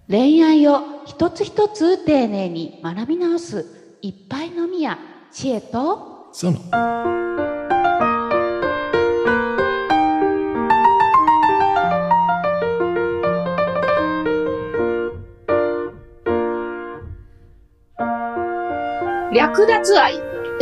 恋愛を一つ一つ丁寧に学び直すいっぱいのみや知恵とその略奪愛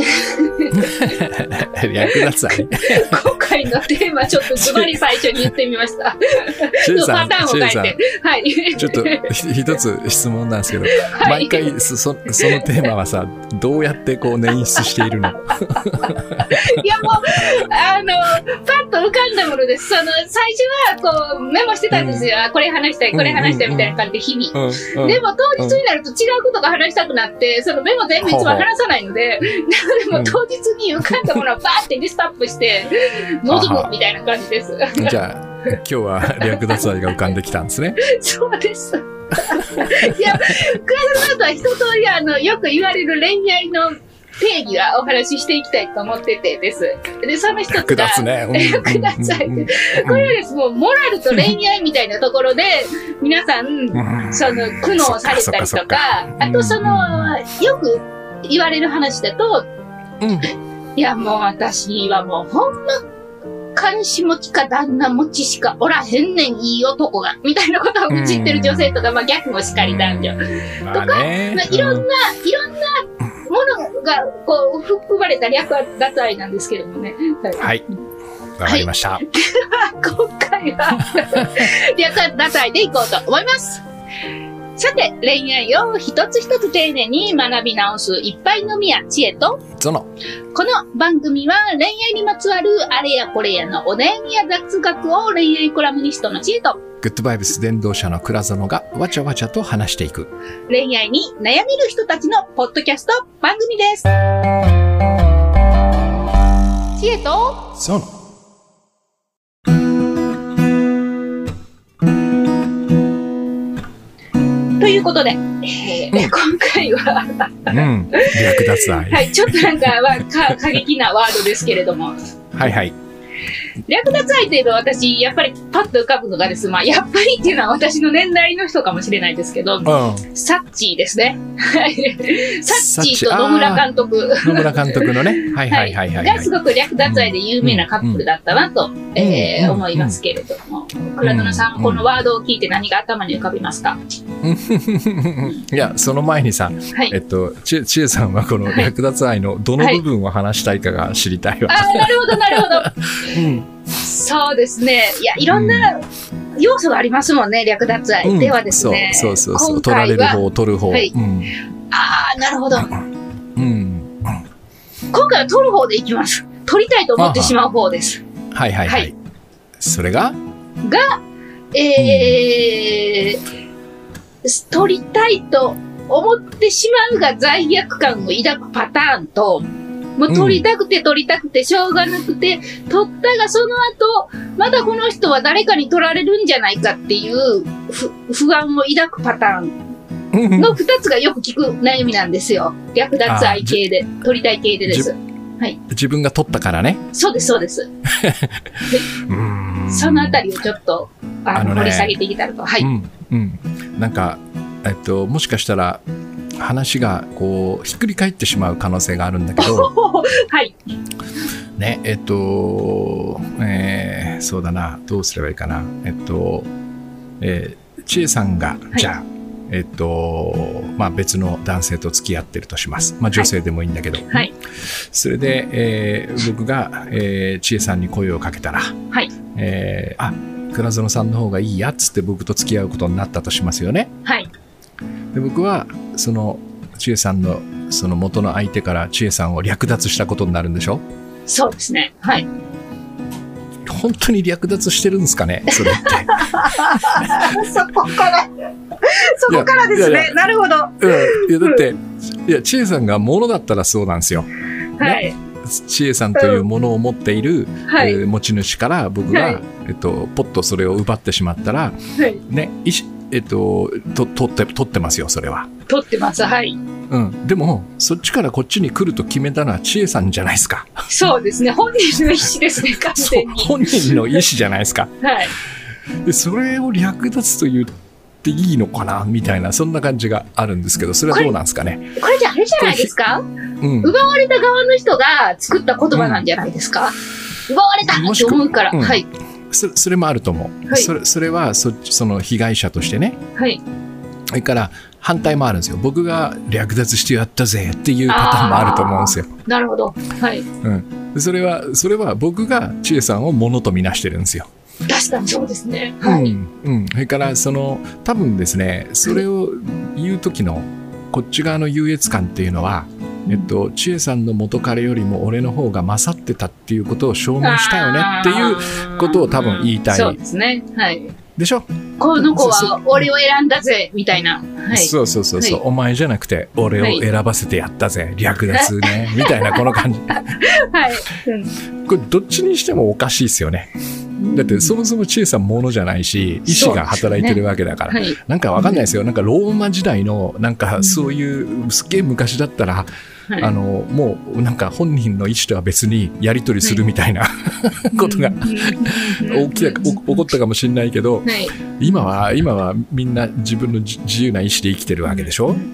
略奪愛今回のテーマちょっとズバリ最初に言ってみましたパターンを変えて、はい、 ちょっと一つ質問なんですけど、はい、毎回そのテーマはさ、どうやってこう捻出しているの？いやもうパッと浮かんだものです。最初はこうメモしてたんですよ、これ話したいこれ話したいみたいな感じで日々、でも当日になると違うことが話したくなって、そのメモ全部いつも話さないので、でも当日に浮かんだものをバーってリストアップして臨むみたいな感じです。 じゃあ今日は略奪愛が浮かんできたんですね。 そうです。いや、倉田さんとは一通りよく言われる恋愛の定義はお話ししていきたいと思っててです。で、その一つが略奪ね。 略奪愛で、これはですもうモラルと恋愛みたいなところで皆さんその苦悩されたりとか、あとよく言われる話だと、いやもう私はもうほんま彼氏持ちか旦那持ちしかおらへんねんいい男がみたいなことを愚痴ってる女性とか、逆もしかり男女とか、いろんなものがこう含まれた略奪愛なんですけどもね。 はい、わかりました。 はい、今回は略奪愛でいこうと思います。さて、恋愛を一つ一つ丁寧に学び直すいっぱいのみや知恵とそのこの番組は恋愛にまつわるあれやこれやのお悩みや雑学を恋愛コラムニストの知恵とグッドバイブス伝道者の倉園がわちゃわちゃと話していく恋愛に悩める人たちのポッドキャスト番組です。知恵とそのということで、今回は、 略奪愛。 はい、ちょっとなんか過激なワードですけれども。 はいはい。 略奪愛というのは私、やっぱりパッと浮かぶのがですね、やっぱりっていうのは私の年代の人かもしれないですけど、サッチーですね。サッチーと野村監督。 野村監督のね。はいはいはいはい。 がすごく略奪愛で有名なカップルだったなと思いますけれども。倉園さん、このワードを聞いて何が頭に浮かびますか？ いや、その前にさ、ちえさんはこの略奪愛のどの部分を話したいかが知りたいわ。 なるほどなるほど。そうですね。いや、いろんな要素がありますもんね、略奪愛。ではですね。 そう。取られる方、取る方。なるほど。今回は取る方でいきます。取りたいと思ってしまう方です。 はい。それが取りたいと思ってしまうが罪悪感を抱くパターンと、もう取りたくてしょうがなくて、取ったがその後、まだこの人は誰かに取られるんじゃないかっていう不安を抱くパターンの2つがよく聞く悩みなんですよ。略奪愛系で、取りたい系でです。はい。 自分が取ったからね。 そうです。そのあたりをちょっと掘り下げていけたらと。はい。 なんか、もしかしたら、話がこうひっくり返ってしまう可能性があるんだけどはいねそうだな、どうすればいいかな。ちえさんが、じゃあ別の男性と付き合ってるとします。女性でもいいんだけど、それで、僕が、ちえさんに声をかけたら、倉園さんの方がいいやっつって僕と付き合うことになったとしますよね。で僕はそのちえさんのその元の相手からちえさんを略奪したことになるんでしょ？ そうですね。はい。 本当に略奪してるんですかね、それって。 そこからですね。なるほど。 だってちえさんが物だったらそうなんですよ。 はい。 ちえさんというものを持っている、持ち主から僕が、ポッとそれを奪ってしまったら、ね、取ってますよ、それは。 取ってます、はい。 でも、そっちからこっちに来ると決めたのはちえさんじゃないですか。 そうですね、本人の意思ですね、完全に。 本人の意思じゃないですか。 はい。 で、それを略奪と言っっていいのかなみたいな、そんな感じがあるんですけど、それはどうなんですかね。 これじゃあれじゃないですか、奪われた側の人が作った言葉なんじゃないですか、奪われたって思うから。はい。 それもあると思う。はい、それはその被害者としてね。 はい。 それから反対もあるんですよ。僕が略奪してやったぜっていうパターンもあると思うんですよ。 なるほど。はい。 それは僕が千恵さんをものとみなしてるんですよ。 確かにそうですね。はい。 それから多分ですね、それを言う時のこっち側の優越感っていうのは、千恵さんの元彼よりも俺の方が勝ってたっていうことを証明したよねっていうことを多分言いたい。 そうですね。はい。 でしょ？ この子は俺を選んだぜみたいな。はい、 そう、はい、お前じゃなくて俺を選ばせてやったぜ、略奪ねみたいなこの感じ。はい。これどっちにしてもおかしいですよね。だってそもそも千恵さんものじゃないし、意志が働いてるわけだから、はい、なんかわかんないですよ。なんかローマ時代のなんかそういうすっげえ昔だったら、はい、もうなんか本人の意思とは別にやり取りするみたいな、はい、ことが起こったかもしれないけど、はい、今はみんな自分の自由な意思で生きてるわけでしょ。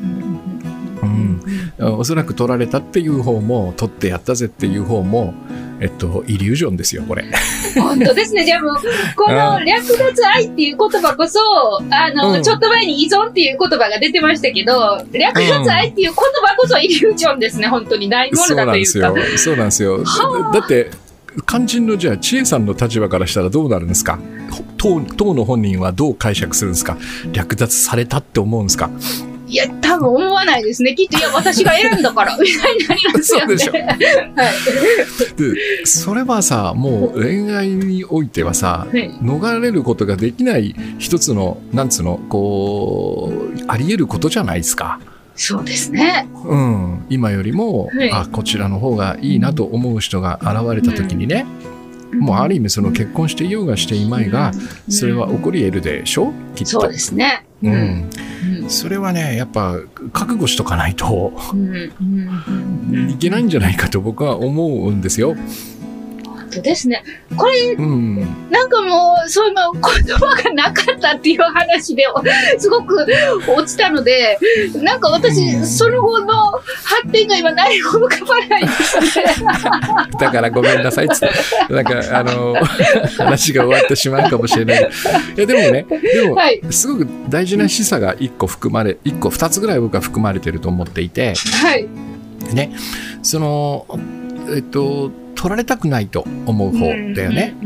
おそらく取られたっていう方も取ってやったぜっていう方もイリュージョンですよこれ。 本当ですね。じゃあもうこの略奪愛っていう言葉こそちょっと前に依存っていう言葉が出てましたけど、略奪愛っていう言葉こそイリュージョンですね。本当にないものだというか。 そうなんですよ。だって肝心のじゃあ千恵さんの立場からしたらどうなるんですか。当の本人はどう解釈するんですか。略奪されたって思うんですか。 いや、多分思わないですね。きっと、いや、私が選んだから、みたいになりますよね。そうでしょ。はい。 で、それはさ、もう恋愛においてはさ、逃れることができない一つの、なんつうの、あり得ることじゃないですか。 そうですね。 今よりも、こちらの方がいいなと思う人が現れた時にね、もうある意味その結婚していようがしていまいが、それは起こり得るでしょ、きっと。 そうですね。 それはねやっぱ覚悟しとかないといけないんじゃないかと僕は思うんですよ。 本当ですね。これ、なんかもうそういう言葉がなかったっていう話ですごく落ちたので、なんか私、その後の発展が今何も浮かばないですね。 だからごめんなさいっつってなんか話が終わってしまうかもしれない。いやでもね、はい、すごく大事な示唆が2つぐらい僕は含まれてると思っていて、 はい、 ね、取られたくないと思う方だよね。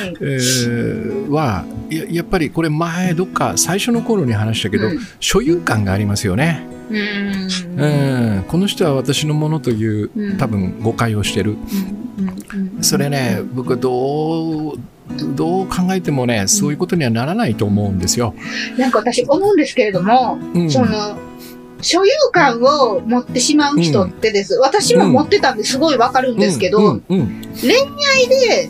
やっぱりこれ前どっか最初の頃に話したけど、所有感がありますよね。この人は私のものという多分誤解をしてる。それね、僕はどう考えてもね、そういうことにはならないと思うんですよ。 なんか私思うんですけれども、所有感を持ってしまう人ってです。私も持ってたんですごいわかるんですけど、恋愛で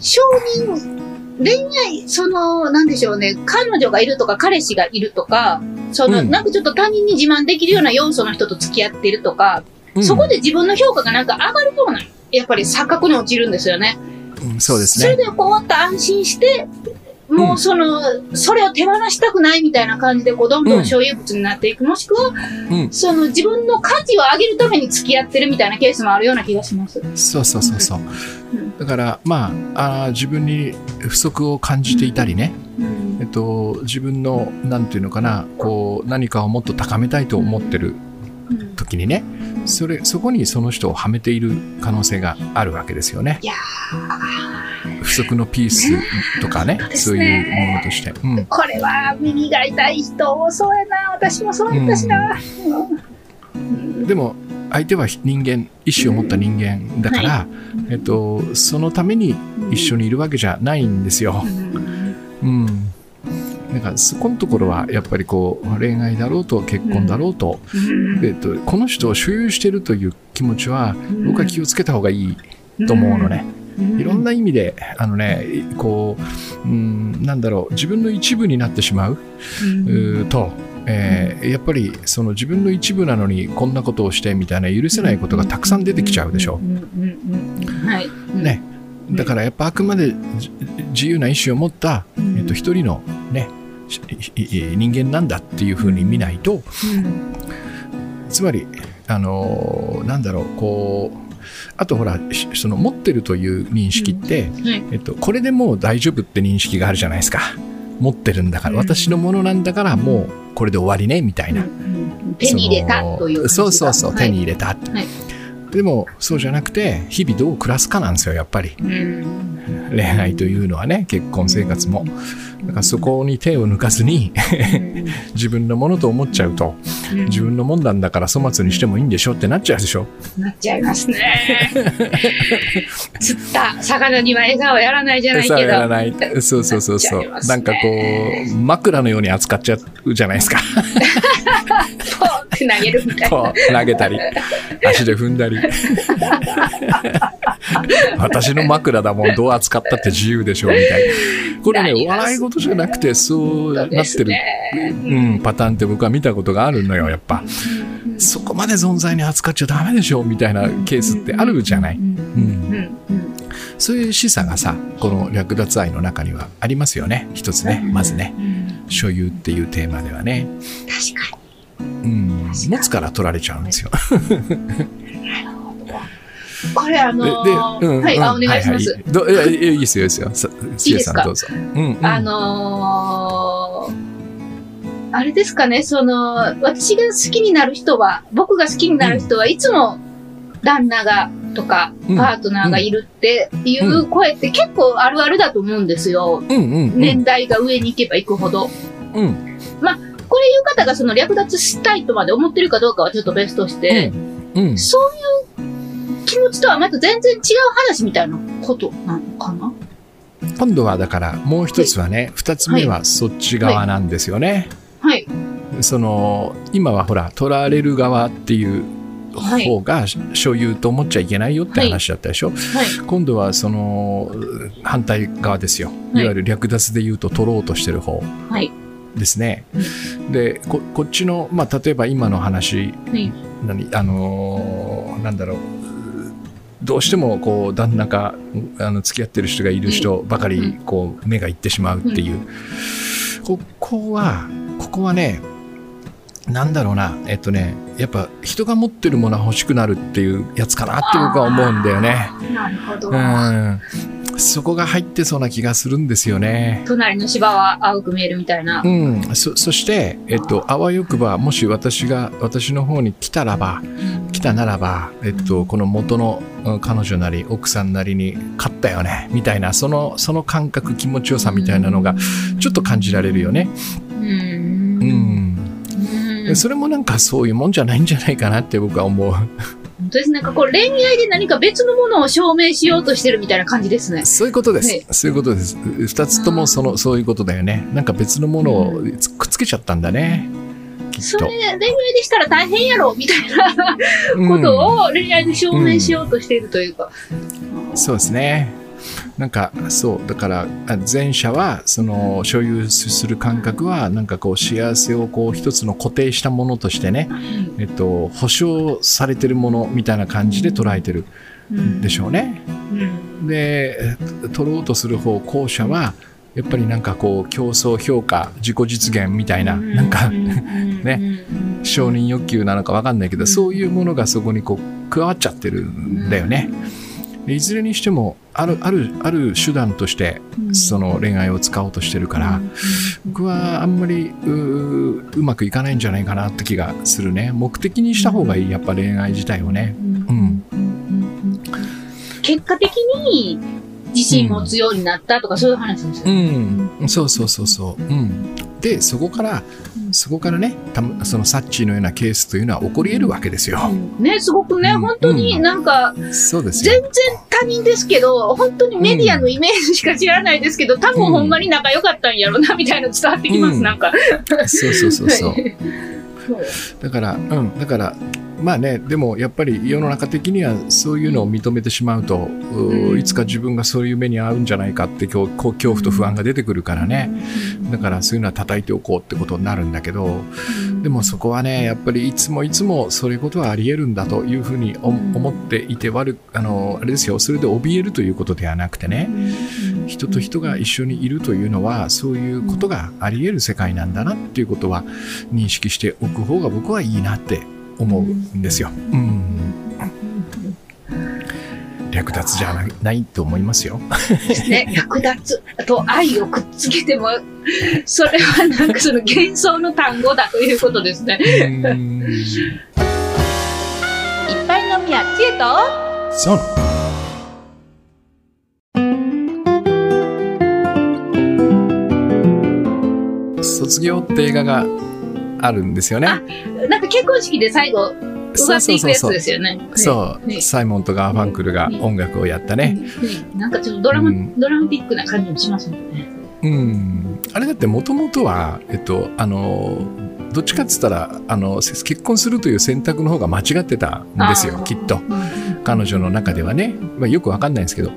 恋愛、なんでしょうね、彼女がいるとか彼氏がいるとか、なんかちょっと他人に自慢できるような要素の人と付き合ってるとか、そこで自分の評価がなんか上がるような、やっぱり錯覚に落ちるんですよね。 そうですね。 それでこう安心して、もうそれを手放したくないみたいな感じでどんどん所有物になっていく、もしくは、自分の価値を上げるために付き合ってるみたいなケースもあるような気がします。 そう。だから自分に不足を感じていたりね、自分のなんていうのかな、何かをもっと高めたいと思ってる時にね、そこにその人をはめている可能性があるわけですよね。 いや不足のピースとかね、そういうものとして、 これは耳が痛い人多そうやな。私もそうやったしな。 でも相手は人間、意思を持った人間だから、そのために一緒にいるわけじゃないんですよ。だからそこのところはやっぱり恋愛だろうと結婚だろうと、この人を所有しているという気持ちは僕は気をつけた方がいいと思うのね。いろんな意味でなんだろう、自分の一部になってしまうと、やっぱり自分の一部なのにこんなことをしてみたいな許せないことがたくさん出てきちゃうでしょ。ね。だからやっぱあくまで自由な意志を持った一人のね人間なんだっていうふうに見ないと、つまりなんだろう、こうあとほら、その持ってるという認識って、これでもう大丈夫って認識があるじゃないですか。持ってるんだから、私のものなんだからもうこれで終わりねみたいな、 手に入れたという感じが、 そう、手に入れた、でもそうじゃなくて日々どう暮らすかなんですよ、やっぱり。恋愛というのはね、結婚生活も。だからそこに手を抜かずに自分のものと思っちゃうと、自分のもんなんだから粗末にしてもいいんでしょってなっちゃうでしょ。 なっちゃいますね。釣った魚には餌をやらないじゃないけど。餌をやらない。 そう。なんかこう枕のように扱っちゃうじゃないですか。 ポンって投げるみたいな。 投げたり足で踏んだり。私の枕だもん、どう扱ったって自由でしょうみたいな。これね、笑い事じゃなくてそうなってる、パターンって僕は見たことがあるのよ、やっぱ。そこまで存在に扱っちゃダメでしょみたいなケースってあるじゃない。そういう示唆がさ、この略奪愛の中にはありますよね、一つね。まずね、所有っていうテーマではね。 確かに。 持つから取られちゃうんですよ。 これはい、お願いします。 いいですよ、いいですよ。 いいですか。どうぞ。あれですかね、私が好きになる人は、僕が好きになる人はいつも旦那がとか、パートナーがいるっていう声って結構あるあるだと思うんですよ。年代が上に行けば行くほど。まあ、これいう方がその略奪したいとまで思ってるかどうかはちょっと別として、そういう気持ちとはまた全然違う話みたいなことなのかな。 今度はだからもう一つはね、二つ目はそっち側なんですよね。今はほら取られる側っていう方が所有と思っちゃいけないよって話だったでしょ。今度はその反対側ですよ。いわゆる略奪で言うと取ろうとしてる方ですね。で こっちの、例えば今の話、なんだろう、どうしてもこう旦那か付き合ってる人がいる人ばかりこう目がいってしまうっていう、ここはね、なんだろうな、やっぱ人が持ってるものは欲しくなるっていうやつかなって僕は思うんだよね。 なるほど。 そこが入ってそうな気がするんですよね。 隣の芝は青く見えるみたいな。 そして、あわよくば、もし私の方に来たならば、この元の彼女なり奥さんなりに勝ったよねみたいな、その感覚、気持ちよさみたいなのがちょっと感じられるよね。それもなんかそういうもんじゃないんじゃないかなって僕は思う。 本当です。なんかこう恋愛で何か別のものを証明しようとしてるみたいな感じですね。 そういうことです。そういうことです。二つともそういうことだよね。なんか別のものをくっつけちゃったんだね。 それ恋愛でしたら大変やろみたいなことを恋愛で証明しようとしているというか。 そうですね。なんかそうだから前者はその所有する感覚はなんかこう幸せをこう一つの固定したものとしてね、保証されてるものみたいな感じで捉えてるでしょうね。で取ろうとする方後者はやっぱりなんかこう競争評価自己実現みたいななんかね、承認欲求なのか分かんないけどそういうものがそこにこう加わっちゃってるんだよね。いずれにしてもある手段としてその恋愛を使おうとしてるから、僕はあんまりうまくいかないんじゃないかなって気がするね。目的にした方がいい、やっぱ恋愛自体をね。 結果的に自信持つようになったとかそういう話ですよね。 そう。でそこからね、そのサッチーのようなケースというのは起こり得るわけですよ。 ね、すごくね、本当になんか、 そうですよ。 全然他人ですけど、本当にメディアのイメージしか知らないですけど、多分ほんまに仲良かったんやろな、みたいな伝わってきます、なんか。 そう。だからまあね、でもやっぱり世の中的にはそういうのを認めてしまうと、いつか自分がそういう目に遭うんじゃないかって恐怖と不安が出てくるからね。だからそういうのは叩いておこうってことになるんだけど、でもそこはね、やっぱりいつもそういうことはあり得るんだというふうに思っていてあれですよ、それで怯えるということではなくてね、 人と人が一緒にいるというのはそういうことがあり得る世界なんだなっていうことは認識しておく方が僕はいいなって思うんですよ。略奪じゃないと思いますよ。 ですね。略奪と愛をくっつけても、それはなんかその幻想の単語だということですね。 いっぱいのみや知恵と、 そう。卒業って映画があるんですよね。 なんか結婚式で最後、歌っていくやつですよね。 そう、サイモンとガーファンクルが音楽をやったね。 なんかちょっとドラマティックな感じもしますもんね。 あれだってもともとは、どっちかって言ったら結婚するという選択の方が間違ってたんですよ、きっと。彼女の中ではね。よくわかんないんですけど。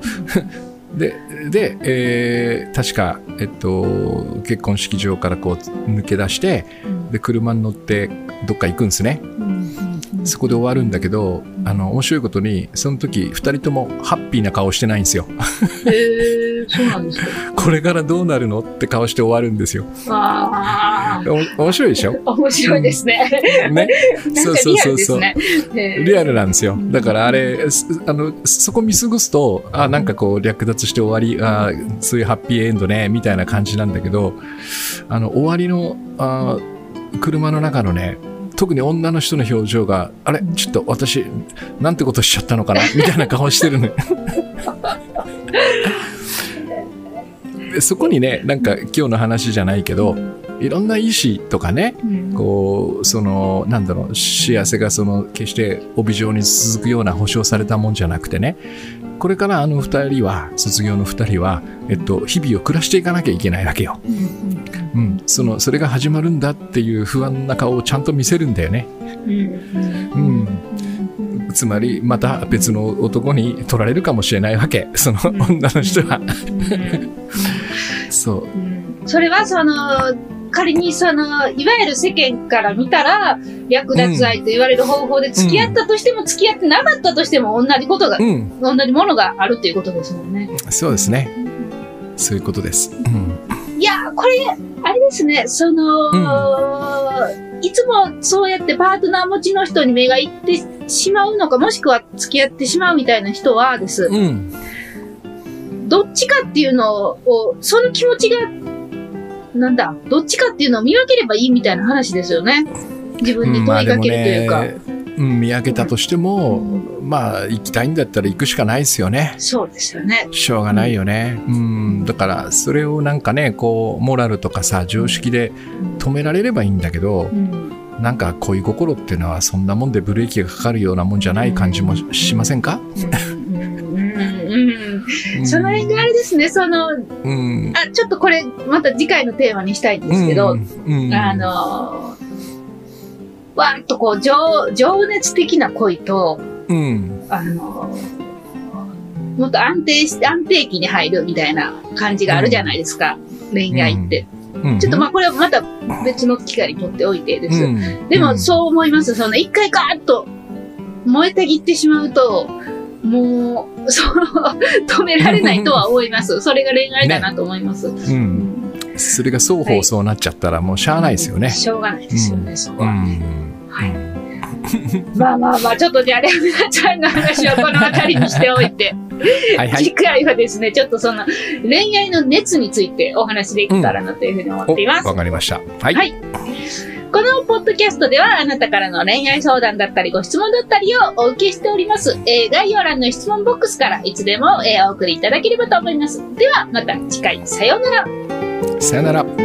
で、確か、結婚式場からこう抜け出して、で、車に乗ってどっか行くんですね。そこで終わるんだけど、面白いことに、その時、二人ともハッピーな顔してないんですよ。 そうなんですか。 これからどうなるのって顔して終わるんですよ。面白いでしょ？ 面白いですね。 ね。そうそうそうそう。 リリアルなんですよ。だからあれ、そこ見過ごすと、なんかこう略奪して終わり、そういうハッピーエンドね、みたいな感じなんだけど、終わりの、車の中のね、特に女の人の表情が、あれちょっと私、なんてことしちゃったのかなみたいな顔してるの。そこにね、なんか今日の話じゃないけど、いろんな意思とかね、こう、なんだろう、幸せが決して帯状に続くような保証されたもんじゃなくてね、これから卒業の二人は、日々を暮らしていかなきゃいけないわけよ。それが始まるんだっていう不安な顔をちゃんと見せるんだよね。つまり、また別の男に取られるかもしれないわけ。その女の人は。そう。 それは仮にいわゆる世間から見たら、略奪愛と言われる方法で付き合ったとしても、付き合ってなかったとしても、同じことが、同じものがあるっていうことですもんね。 そうですね。そういうことです。 いや、これ、あれですね、いつもそうやってパートナー持ちの人に目がいってしまうのか、もしくは付き合ってしまうみたいな人はです。どっちかっていうのを、その気持ちが、どっちかっていうのを見分ければいいみたいな話ですよね。自分に問いかけるというか。 見分けたとしても、行きたいんだったら行くしかないですよね。 そうですよね。 しょうがないよね。だから、それをなんかね、こう、モラルとかさ、常識で止められればいいんだけど、なんか恋心っていうのはそんなもんでブレーキがかかるようなもんじゃない感じもしませんか？ その辺があれですね、ちょっとこれ、また次回のテーマにしたいんですけど、わーっとこう、情熱的な恋と、もっと安定期に入るみたいな感じがあるじゃないですか、恋愛って。ちょっとこれはまた別の機会にとっておいてです。でもそう思います。一回ガーッと燃えたぎってしまうと、もう、止められないとは思います。それが恋愛だなと思います。 それが双方そうなっちゃったらもうしゃあないですよね。 しょうがないですよね、そこは。はい。ちょっとじゃあ、レオナちゃんの話をこの辺りにしておいて、次回はですね、ちょっと恋愛の熱についてお話できたらなというふうに思っています。 わかりました。はい。 このポッドキャストではあなたからの恋愛相談だったりご質問だったりをお受けしております。概要欄の質問ボックスからいつでもお送りいただければと思います。ではまた次回、さようなら。 さようなら。